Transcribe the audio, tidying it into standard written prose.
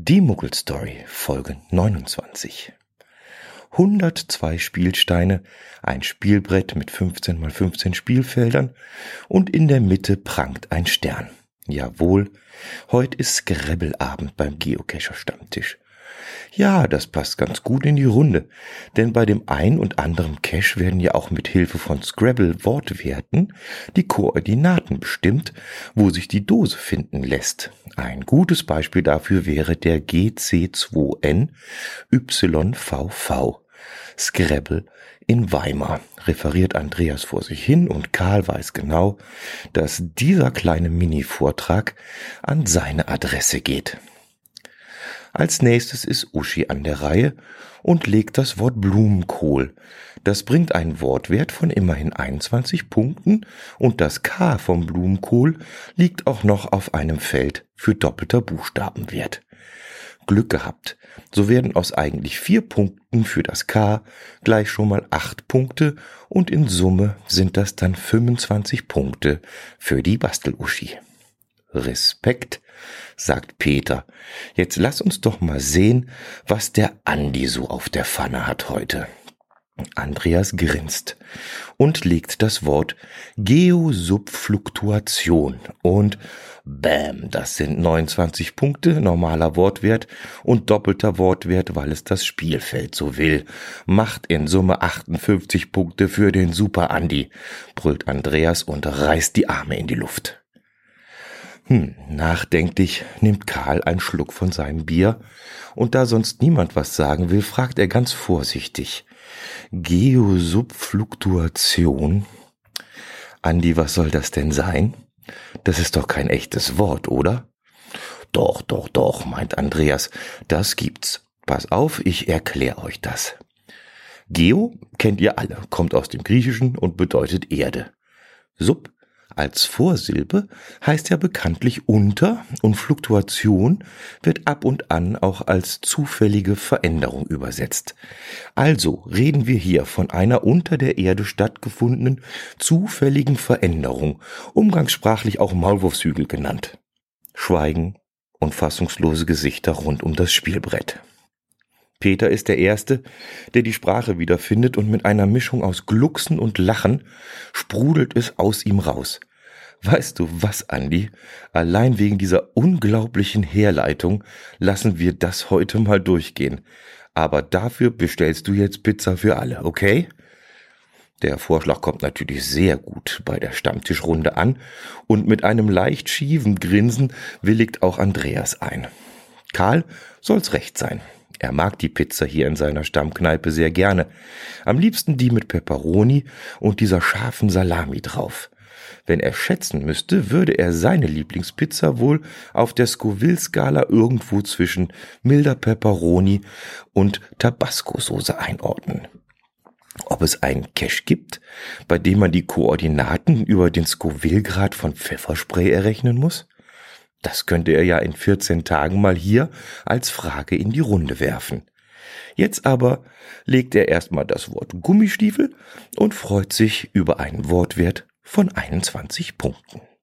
Die Muggelstory, Folge 29. 102 Spielsteine, ein Spielbrett mit 15 x 15 Spielfeldern und in der Mitte prangt ein Stern. Jawohl, heute ist Scrabble-Abend beim Geocacher-Stammtisch. Ja, das passt ganz gut in die Runde, denn bei dem ein und anderen Cache werden ja auch mit Hilfe von Scrabble-Wortwerten die Koordinaten bestimmt, wo sich die Dose finden lässt. Ein gutes Beispiel dafür wäre der GC2N YVV. Scrabble in Weimar, referiert Andreas vor sich hin und Karl weiß genau, dass dieser kleine Mini-Vortrag an seine Adresse geht. Als nächstes ist Uschi an der Reihe und legt das Wort Blumenkohl. Das bringt einen Wortwert von immerhin 21 Punkten und das K vom Blumenkohl liegt auch noch auf einem Feld für doppelter Buchstabenwert. Glück gehabt. So werden aus eigentlich 4 Punkten für das K gleich schon mal 8 Punkte und in Summe sind das dann 25 Punkte für die Bastel-Uschi. Respekt, sagt Peter. Jetzt lass uns doch mal sehen, was der Andi so auf der Pfanne hat heute. Andreas grinst und legt das Wort Geosubfluktuation und bäm, das sind 29 Punkte, normaler Wortwert und doppelter Wortwert, weil es das Spielfeld so will. Macht in Summe 58 Punkte für den Super Andi, brüllt Andreas und reißt die Arme in die Luft. Nachdenklich nimmt Karl einen Schluck von seinem Bier und da sonst niemand was sagen will, fragt er ganz vorsichtig. Geosubfluktuation? Andi, was soll das denn sein? Das ist doch kein echtes Wort, oder? Doch, meint Andreas, das gibt's. Pass auf, ich erkläre euch das. Geo kennt ihr alle, kommt aus dem Griechischen und bedeutet Erde. Sub als Vorsilbe heißt ja bekanntlich unter und Fluktuation wird ab und an auch als zufällige Veränderung übersetzt. Also reden wir hier von einer unter der Erde stattgefundenen zufälligen Veränderung, umgangssprachlich auch Maulwurfshügel genannt. Schweigen und fassungslose Gesichter rund um das Spielbrett. Peter ist der Erste, der die Sprache wiederfindet und mit einer Mischung aus Glucksen und Lachen sprudelt es aus ihm raus. Weißt du was, Andi? Allein wegen dieser unglaublichen Herleitung lassen wir das heute mal durchgehen. Aber dafür bestellst du jetzt Pizza für alle, okay? Der Vorschlag kommt natürlich sehr gut bei der Stammtischrunde an und mit einem leicht schiefen Grinsen willigt auch Andreas ein. Karl soll's recht sein. Er mag die Pizza hier in seiner Stammkneipe sehr gerne. Am liebsten die mit Pepperoni und dieser scharfen Salami drauf. Wenn er schätzen müsste, würde er seine Lieblingspizza wohl auf der Scoville-Skala irgendwo zwischen milder Pepperoni und Tabasco-Soße einordnen. Ob es einen Cache gibt, bei dem man die Koordinaten über den Scoville-Grad von Pfefferspray errechnen muss? Das könnte er ja in 14 Tagen mal hier als Frage in die Runde werfen. Jetzt aber legt er erstmal das Wort Gummistiefel und freut sich über einen Wortwert von 21 Punkten.